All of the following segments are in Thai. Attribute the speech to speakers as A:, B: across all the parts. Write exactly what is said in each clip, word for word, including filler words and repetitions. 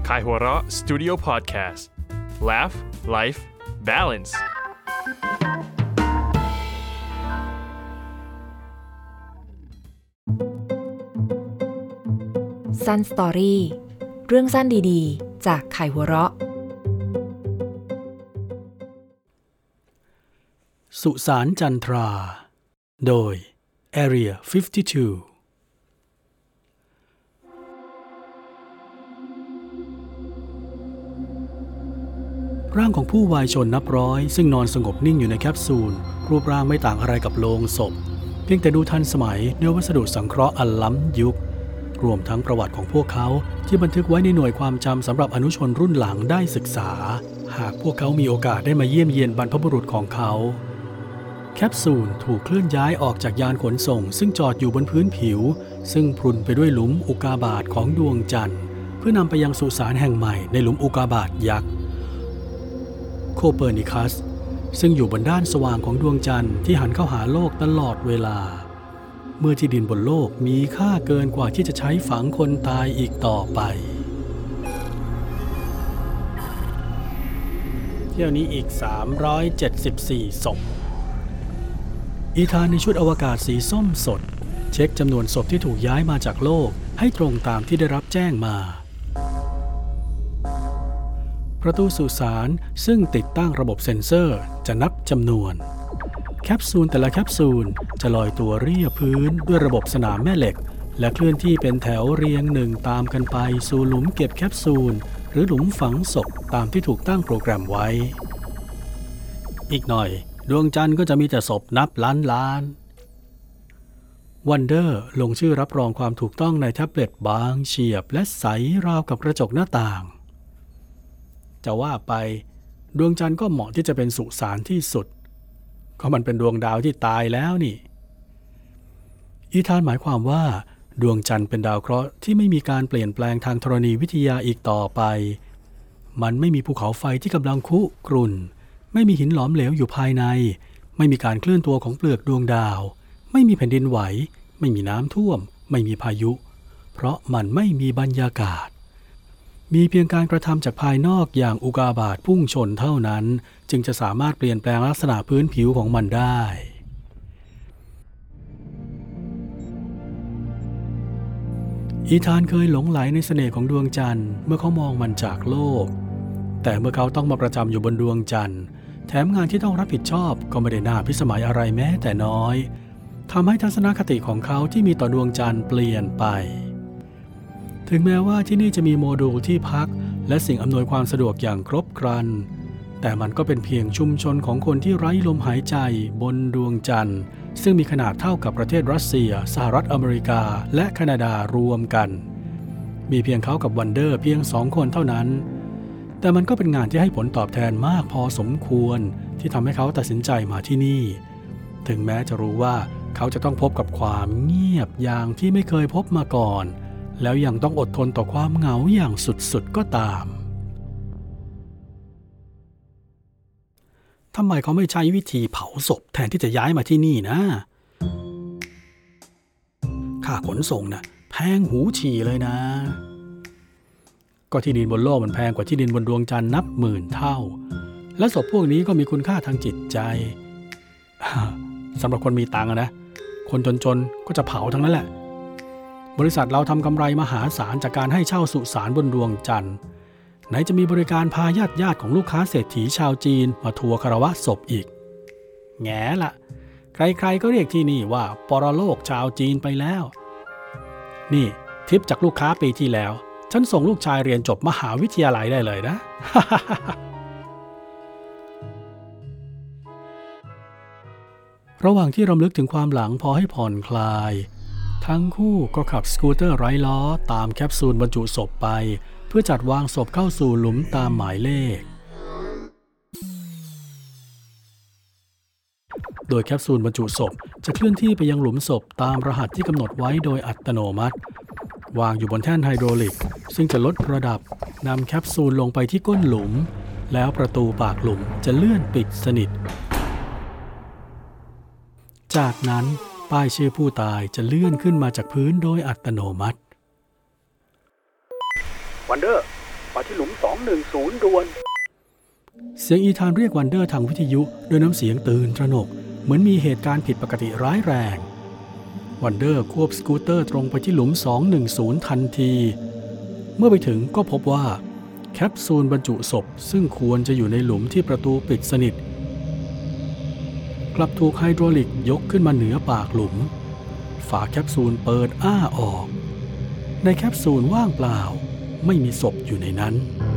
A: Kaihura Studio Podcast Laugh Life Balance
B: Sun Story เรื่องสั้นดีๆจากไข่หัวเราะ
C: สุสานจันทราโดย Area ห้าสิบสองร่างของผู้วายชนนับร้อยซึ่งนอนสงบนิ่งอยู่ในแคปซูลรูปร่างไม่ต่างอะไรกับโลงศพเพียงแต่ดูทันสมัยด้วยวัสดุสังเคราะห์อันล้ำยุครวมทั้งประวัติของพวกเขาที่บันทึกไว้ในหน่วยความจำสำหรับอนุชนรุ่นหลังได้ศึกษาหากพวกเขามีโอกาสได้มาเยี่ยมเยียนบรรพบุรุษของเขาแคปซูลถูกเคลื่อนย้ายออกจากยานขนส่งซึ่งจอดอยู่บนพื้นผิวซึ่งพรุนไปด้วยหลุมอุกาบาตของดวงจันทร์เพื่อนำไปยังสุสานแห่งใหม่ในหลุมอุกาบาตยักษ์โคเปอร์นิคัสซึ่งอยู่บนด้านสว่างของดวงจันทร์ที่หันเข้าหาโลกตลอดเวลาเมื่อที่ดินบนโลกมีค่าเกินกว่าที่จะใช้ฝังคนตายอีกต่อไปเที่ยวนี้อีกสามร้อยเจ็ดสิบสี่ศพอีธานในชุดอวกาศสีส้มสดเช็คจำนวนศพที่ถูกย้ายมาจากโลกให้ตรงตามที่ได้รับแจ้งมาประตูสุสานซึ่งติดตั้งระบบเซ็นเซอร์จะนับจำนวนแคปซูลแต่ละแคปซูลจะลอยตัวเรียบพื้นด้วยระบบสนามแม่เหล็กและเคลื่อนที่เป็นแถวเรียงหนึ่งตามกันไปสู่หลุมเก็บแคปซูลหรือหลุมฝังศพตามที่ถูกตั้งโปรแกรมไว้อีกหน่อยดวงจันทร์ก็จะมีแต่ศพนับล้านล้านวันเดอร์ลงชื่อรับรองความถูกต้องในแท็บเล็ตบางเฉียบและใสราวกับกระจกหน้าต่างจะว่าไปดวงจันทร์ก็เหมาะที่จะเป็นสุสานที่สุดก็มันเป็นดวงดาวที่ตายแล้วนี่อีธานหมายความว่าดวงจันทร์เป็นดาวเคราะห์ที่ไม่มีการเปลี่ยนแปลงทางธรณีวิทยาอีกต่อไปมันไม่มีภูเขาไฟที่กำลังคุกรุ่นไม่มีหินหลอมเหลวอยู่ภายในไม่มีการเคลื่อนตัวของเปลือกดวงดาวไม่มีแผ่นดินไหวไม่มีน้ำท่วมไม่มีพายุเพราะมันไม่มีบรรยากาศมีเพียงการกระทำจากภายนอกอย่างอุกาบาตพุ่งชนเท่านั้นจึงจะสามารถเปลี่ยนแปลงลักษณะพื้นผิวของมันได้อีธานเคยหลงไหลในเสน่ห์ของดวงจันทร์เมื่อเขามองมันจากโลกแต่เมื่อเขาต้องมาประจำอยู่บนดวงจันทร์แถมงานที่ต้องรับผิดชอบก็ไม่ได้น่าพิสมัยอะไรแม้แต่น้อยทำให้ทัศนคติของเขาที่มีต่อดวงจันทร์เปลี่ยนไปถึงแม้ว่าที่นี่จะมีโมดูลที่พักและสิ่งอำนวยความสะดวกอย่างครบครันแต่มันก็เป็นเพียงชุมชนของคนที่ไร้ลมหายใจบนดวงจันทร์ซึ่งมีขนาดเท่ากับประเทศรัสเซียสหรัฐอเมริกาและแคนาดารวมกันมีเพียงเขากับวันเดอร์เพียงสองคนเท่านั้นแต่มันก็เป็นงานที่ให้ผลตอบแทนมากพอสมควรที่ทำให้เขาตัดสินใจมาที่นี่ถึงแม้จะรู้ว่าเขาจะต้องพบกับความเงียบอย่างที่ไม่เคยพบมาก่อนแล้วยังต้องอดทนต่อความเหงาอย่างสุดๆก็ตามทำไมเขาไม่ใช้วิธีเผาศพแทนที่จะย้ายมาที่นี่นะค่าขนส่งนะแพงหูฉี่เลยนะก็ที่ดินบนโลกมันแพงกว่าที่ดินบนดวงจันทร์นับหมื่นเท่าและศพพวกนี้ก็มีคุณค่าทางจิตใจสำหรับคนมีตังค์นะคนจนๆก็จะเผาทั้งนั้นแหละบริษัทเราทำกำไรมหาศาลจากการให้เช่าสุสานบนดวงจันทร์ไหนจะมีบริการพาญาติญาติของลูกค้าเศรษฐีชาวจีนมาทัวร์คารวะศพอีกแง่ละใครๆก็เรียกที่นี่ว่าปรโลกชาวจีนไปแล้วนี่ทิปจากลูกค้าปีที่แล้วฉันส่งลูกชายเรียนจบมหาวิทยาลัยได้เลยนะ ระหว่างที่รำลึกถึงความหลังพอให้ผ่อนคลายทั้งคู่ก็ขับสกูตเตอร์ไร้ล้อตามแคปซูลบรรจุศพไปเพื่อจัดวางศพเข้าสู่หลุมตามหมายเลขโดยแคปซูลบรรจุศพจะเคลื่อนที่ไปยังหลุมศพตามรหัสที่กำหนดไว้โดยอัตโนมัติวางอยู่บนแท่นไฮดรอลิกซึ่งจะลดระดับนำแคปซูลลงไปที่ก้นหลุมแล้วประตูปากหลุมจะเลื่อนปิดสนิทจากนั้นป้ายชื่อผู้ตายจะเลื่อนขึ้นมาจากพื้นโดยอัตโนมัติ
D: วันเดอร์
C: มาที่หลุมสองหนึ่งศูนย์ด่วนเสียงอีธานเรียกวันเดอร์ทางวิทยุด้วยน้ำเสียงตื่นตระหนกเหมือนมีเหตุการณ์ผิดปกติร้ายแรงวันเดอร์ควบสกูตเตอร์ตรงไปที่หลุมสองหนึ่งศูนย์ทันทีเมื่อไปถึงก็พบว่าแคปซูลบรรจุศพซึ่งควรจะอยู่ในหลุมที่ประตูปิดสนิทกลับถูกไฮดรอลิกยกขึ้นมาเหนือปากหลุมฝาแคปซูลเปิดอ้าออกในแคปซูลว่างเปล่าไม่มีศพอยู่ในนั้น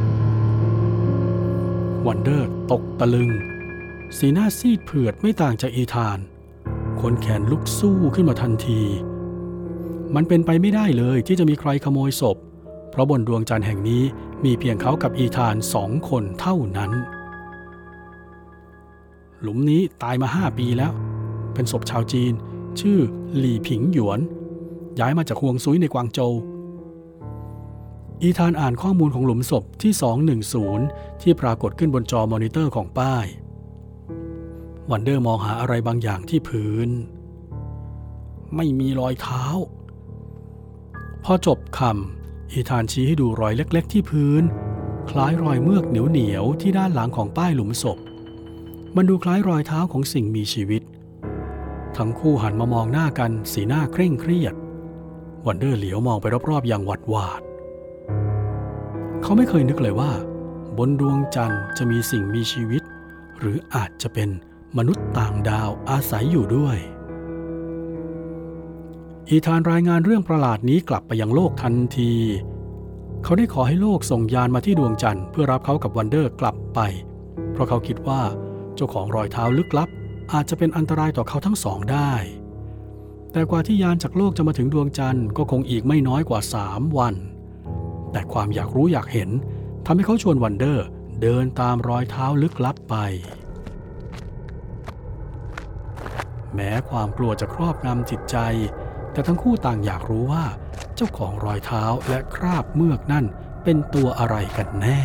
C: วันเดอร์ตกตะลึงสีหน้าซีดเผือดไม่ต่างจากอีธานคนแขนลุกสู้ขึ้นมาทันทีมันเป็นไปไม่ได้เลยที่จะมีใครขโมยศพเพราะบนดวงจันทร์แห่งนี้มีเพียงเขากับอีธานสองคนเท่านั้นหลุมนี้ตายมาห้าปีแล้วเป็นศพชาวจีนชื่อหลี่ผิงหยวนย้ายมาจากฮวงซุยในกวางโจวอีธานอ่านข้อมูลของหลุมศพที่สองหนึ่งศูนย์ที่ปรากฏขึ้นบนจอมอนิเตอร์ของป้ายวันเดอร์มองหาอะไรบางอย่างที่พื้นไม่มีรอยเท้าพอจบคำอีธานชี้ให้ดูรอยเล็กๆที่พื้นคล้ายรอยเมือกเหนียวๆที่ด้านหลังของป้ายหลุมศพมันดูคล้ายรอยเท้าของสิ่งมีชีวิตทั้งคู่หันมามองหน้ากันสีหน้าเคร่งเครียดวันเดอร์เหลียวมองไปรอบๆอย่างหวาดหวาดเขาไม่เคยนึกเลยว่าบนดวงจันทร์จะมีสิ่งมีชีวิตหรืออาจจะเป็นมนุษย์ต่างดาวอาศัยอยู่ด้วยอีธานรายงานเรื่องประหลาดนี้กลับไปยังโลกทันทีเขาได้ขอให้โลกส่งยานมาที่ดวงจันทร์เพื่อรับเขากับวันเดอร์กลับไปเพราะเขาคิดว่าเจ้าของรอยเท้าลึกลับอาจจะเป็นอันตรายต่อเขาทั้งสองได้แต่กว่าที่ยานจากโลกจะมาถึงดวงจันทร์ก็คงอีกไม่น้อยกว่าสามวันแต่ความอยากรู้อยากเห็นทำให้เขาชวนวันเดอร์เดินตามรอยเท้าลึกลับไปแม้ความกลัวจะครอบงำจิตใจแต่ทั้งคู่ต่างอยากรู้ว่าเจ้าของรอยเท้าและคราบเมือกนั่นเป็นตัวอะไรกันแน่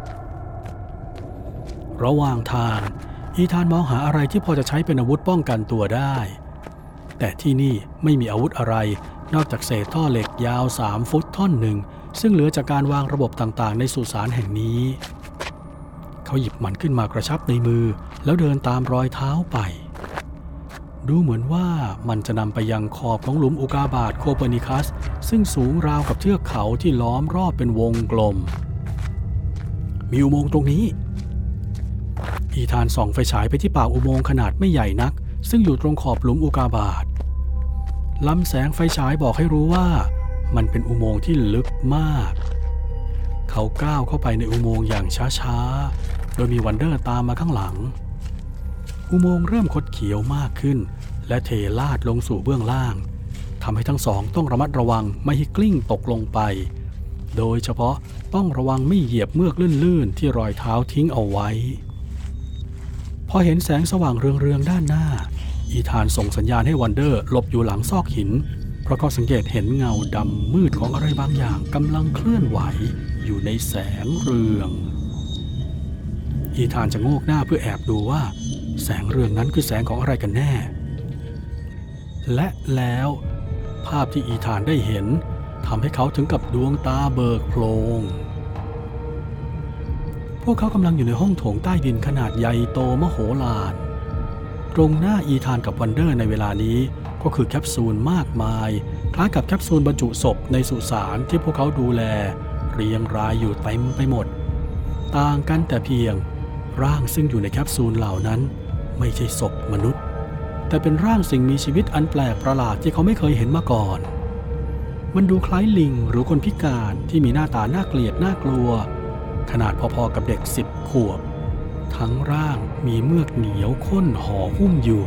C: ระหว่างทางอีธานมองหาอะไรที่พอจะใช้เป็นอาวุธป้องกันตัวได้แต่ที่นี่ไม่มีอาวุธอะไรนอกจากเศษท่อเหล็กยาวสามฟุตท่อนหนึ่งซึ่งเหลือจากการวางระบบต่างๆในสุสานแห่งนี้เขาหยิบมันขึ้นมากระชับในมือแล้วเดินตามรอยเท้าไปดูเหมือนว่ามันจะนำไปยังขอบของหลุมอุกาบาตโคเปอร์นิคัสซึ่งสูงราวกับเทือกเขาที่ล้อมรอบเป็นวงกลมมีอุโมงค์ตรงนี้อีธานส่องไฟฉายไปที่ปากอุโมงค์ขนาดไม่ใหญ่นักซึ่งอยู่ตรงขอบหลุมอุกาบาตลำแสงไฟฉายบอกให้รู้ว่ามันเป็นอุโมงค์ที่ลึกมากเขาก้าวเข้าไปในอุโมงค์อย่างช้าๆโดยมีวันเดอร์ตามมาข้างหลังอุโมงค์เริ่มคดเขียวมากขึ้นและเทลาดลงสู่เบื้องล่างทำให้ทั้งสองต้องระมัดระวังไม่ให้กลิ้งตกลงไปโดยเฉพาะต้องระวังไม่เหยียบเมือกลื่นๆที่รอยเท้าทิ้งเอาไว้พอเห็นแสงสว่างเรืองๆด้านหน้าอีธานส่งสัญญาณให้วันเดอร์หลบอยู่หลังซอกหินเพราะเขาสังเกตเห็นเงาดำมืดของอะไรบางอย่างกำลังเคลื่อนไหวอยู่ในแสงเรืองอีธานจะโงกหน้าเพื่อแอบดูว่าแสงเรืองนั้นคือแสงของอะไรกันแน่และแล้วภาพที่อีธานได้เห็นทำให้เขาถึงกับดวงตาเบิกโพลงพวกเขากำลังอยู่ในห้องโถงใต้ดินขนาดใหญ่โตมโหฬารตรงหน้าอีธานกับวันเดอร์ในเวลานี้ก็คือแคปซูลมากมายคล้ายกับแคปซูลบรรจุศพในสุสานที่พวกเขาดูแลเรียงรายอยู่เต็มไปหมดต่างกันแต่เพียงร่างซึ่งอยู่ในแคปซูลเหล่านั้นไม่ใช่ศพมนุษย์แต่เป็นร่างสิ่งมีชีวิตอันแปลกประหลาดที่เขาไม่เคยเห็นมาก่อนมันดูคล้ายลิงหรือคนพิการที่มีหน้าตาน่าเกลียดน่ากลัวขนาดพอๆกับเด็กสิบขวบทั้งร่างมีเมือกเหนียวข้นห่อหุ้มอยู่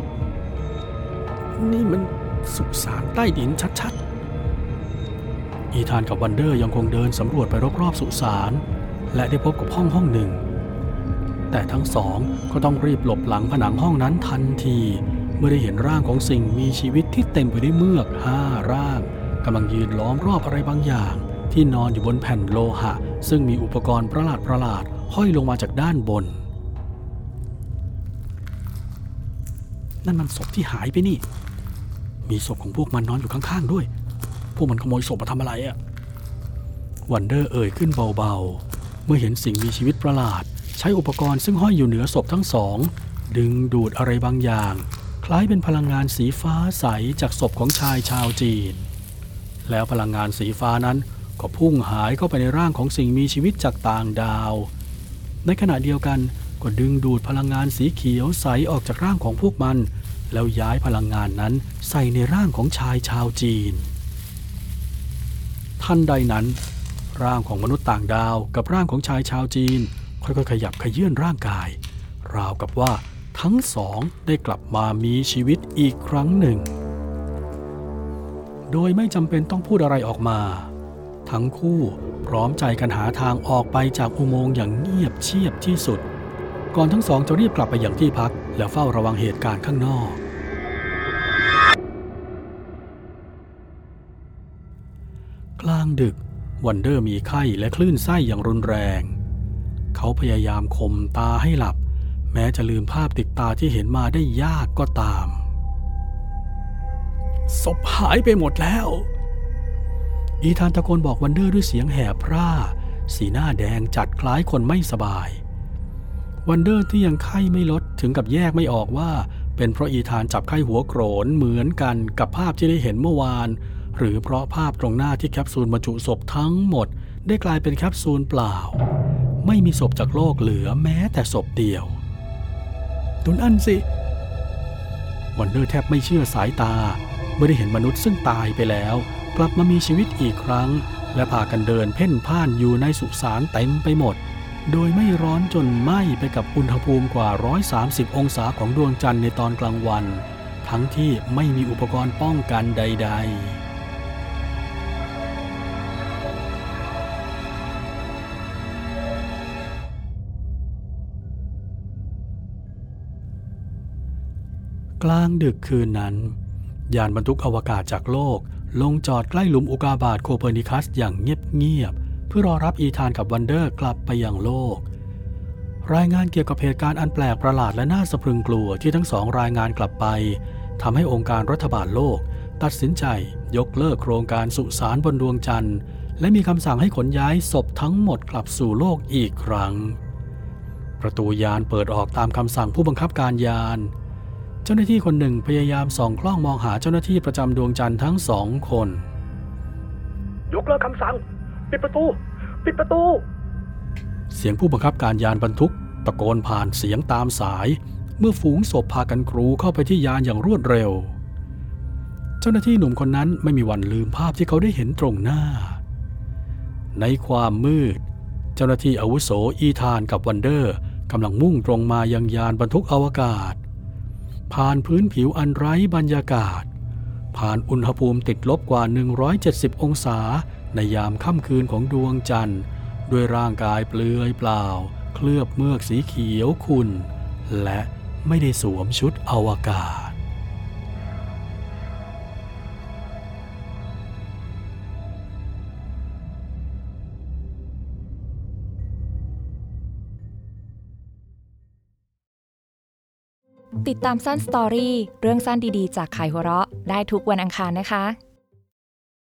C: นี่มันสุสานใต้ดินชัดๆอีธานกับวันเดอร์ยังคงเดินสำรวจไปรอบๆสุสานและได้พบกับห้องห้องหนึ่งแต่ทั้งสองก็ต้องรีบหลบหลังผนังห้องนั้นทันทีเมื่อได้เห็นร่างของสิ่งมีชีวิตที่เต็มไปด้วยเมือกห้าร่างกำลังยืนล้อมรอบอะไรบางอย่างที่นอนอยู่บนแผ่นโลหะซึ่งมีอุปกรณ์ประหลาดประหลาดห้อยลงมาจากด้านบนนั่นมันศพที่หายไปนี่มีศพของพวกมันนอนอยู่ข้างๆด้วยพวกมันขโมยศพมาทำอะไรอ่ะวันเดอร์เอ่ยขึ้นเบาๆเมื่อเห็นสิ่งมีชีวิตประหลาดใช้อุปกรณ์ซึ่งห้อยอยู่เหนือศพทั้งสองดึงดูดอะไรบางอย่างคล้ายเป็นพลังงานสีฟ้าใสจากศพของชายชาวจีนแล้วพลังงานสีฟ้านั้นก็พุ่งหายเข้าไปในร่างของสิ่งมีชีวิตจากต่างดาวในขณะเดียวกันก็ดึงดูดพลังงานสีเขียวใสออกจากร่างของพวกมันแล้วย้ายพลังงานนั้นใส่ในร่างของชายชาวจีนทันใดนั้นร่างของมนุษย์ต่างดาวกับร่างของชายชาวจีนค่อยๆขยับเขยื้อนร่างกายราวกับว่าทั้งสองได้กลับมามีชีวิตอีกครั้งหนึ่งโดยไม่จำเป็นต้องพูดอะไรออกมาทั้งคู่พร้อมใจกันหาทางออกไปจากอุโมงค์อย่างเงียบเชียบที่สุดก่อนทั้งสองจะรีบกลับไปอย่างที่พักและเฝ้าระวังเหตุการณ์ข้างนอกกลางดึกวันเดอร์มีไข้และคลื่นไส้อย่างรุนแรงเขาพยายามข่มตาให้หลับแม้จะลืมภาพติดตาที่เห็นมาได้ยากก็ตามศพหายไปหมดแล้วอีธานตะโกนบอกวันเดอร์ด้วยเสียงแหบพร่าสีหน้าแดงจัดคล้ายคนไม่สบายวันเดอร์ที่ยังไข้ไม่ลดถึงกับแยกไม่ออกว่าเป็นเพราะอีธานจับไข้หัวโกรนเหมือนกันกับภาพที่ได้เห็นเมื่อวานหรือเพราะภาพตรงหน้าที่แคปซูลบรรจุศพทั้งหมดได้กลายเป็นแคปซูลเปล่าไม่มีศพจากโลกเหลือแม้แต่ศพเดียวตุนอันสิวันเดอร์แทบไม่เชื่อสายตาเมื่อได้เห็นมนุษย์ซึ่งตายไปแล้วกลับมามีชีวิตอีกครั้งและพากันเดินเพ่นพ่านอยู่ในสุสานเต็มไปหมดโดยไม่ร้อนจนไหม้ไปกับอุณหภูมิกว่าหนึ่งร้อยสามสิบองศาของดวงจันทร์ในตอนกลางวันทั้งที่ไม่มีอุปกรณ์ป้องกันใดๆกลางดึกคืนนั้นยานบรรทุกอวกาศจากโลกลงจอดใกล้หลุมอุกาบาตโคเปอร์นิคัสอย่างเงียบๆเพื่อรอรับอีธานกับวันเดอร์กลับไปยังโลกรายงานเกี่ยวกับเหตุการณ์อันแปลกประหลาดและน่าสะพรึงกลัวที่ทั้งสองรายงานกลับไปทำให้องค์การรัฐบาลโลกตัดสินใจยกเลิกโครงการสุสานบนดวงจันทร์และมีคำสั่งให้ขนย้ายศพทั้งหมดกลับสู่โลกอีกครั้งประตูยานเปิดออกตามคำสั่งผู้บังคับการยานเจ้าหน้าที่คนหนึ่งพยายามส่องกล้องมองหาเจ้าหน้าที่ประจำดวงจันทร์ทั้งสองคนยกเลิกคำสั่งปิดประตูปิดประตูเสียงผู้บังคับการยานบรรทุกตะโกนผ่านเสียงตามสายเมื่อฝูงศพพากันกรูเข้าไปที่ยานอย่างรวดเร็วเจ้าหน้าที่หนุ่มคนนั้นไม่มีวันลืมภาพที่เขาได้เห็นตรงหน้าในความมืดเจ้าหน้าที่อาวุโสอีธานกับวันเดอร์กำลังมุ่งตรงมายังยานบรรทุกอวกาศผ่านพื้นผิวอันไร้บรรยากาศผ่านอุณหภูมิติดลบกว่าหนึ่งร้อยเจ็ดสิบองศาในยามค่ำคืนของดวงจันทร์ด้วยร่างกายเปลือยเปล่าเคลือบเมือกสีเขียวขุ่นและไม่ได้สวมชุดอวกาศ
B: ติดตามสั้นสตอรี่เรื่องสั้นดีๆจากข่ายหัวเราะได้ทุกวันอังคารนะคะ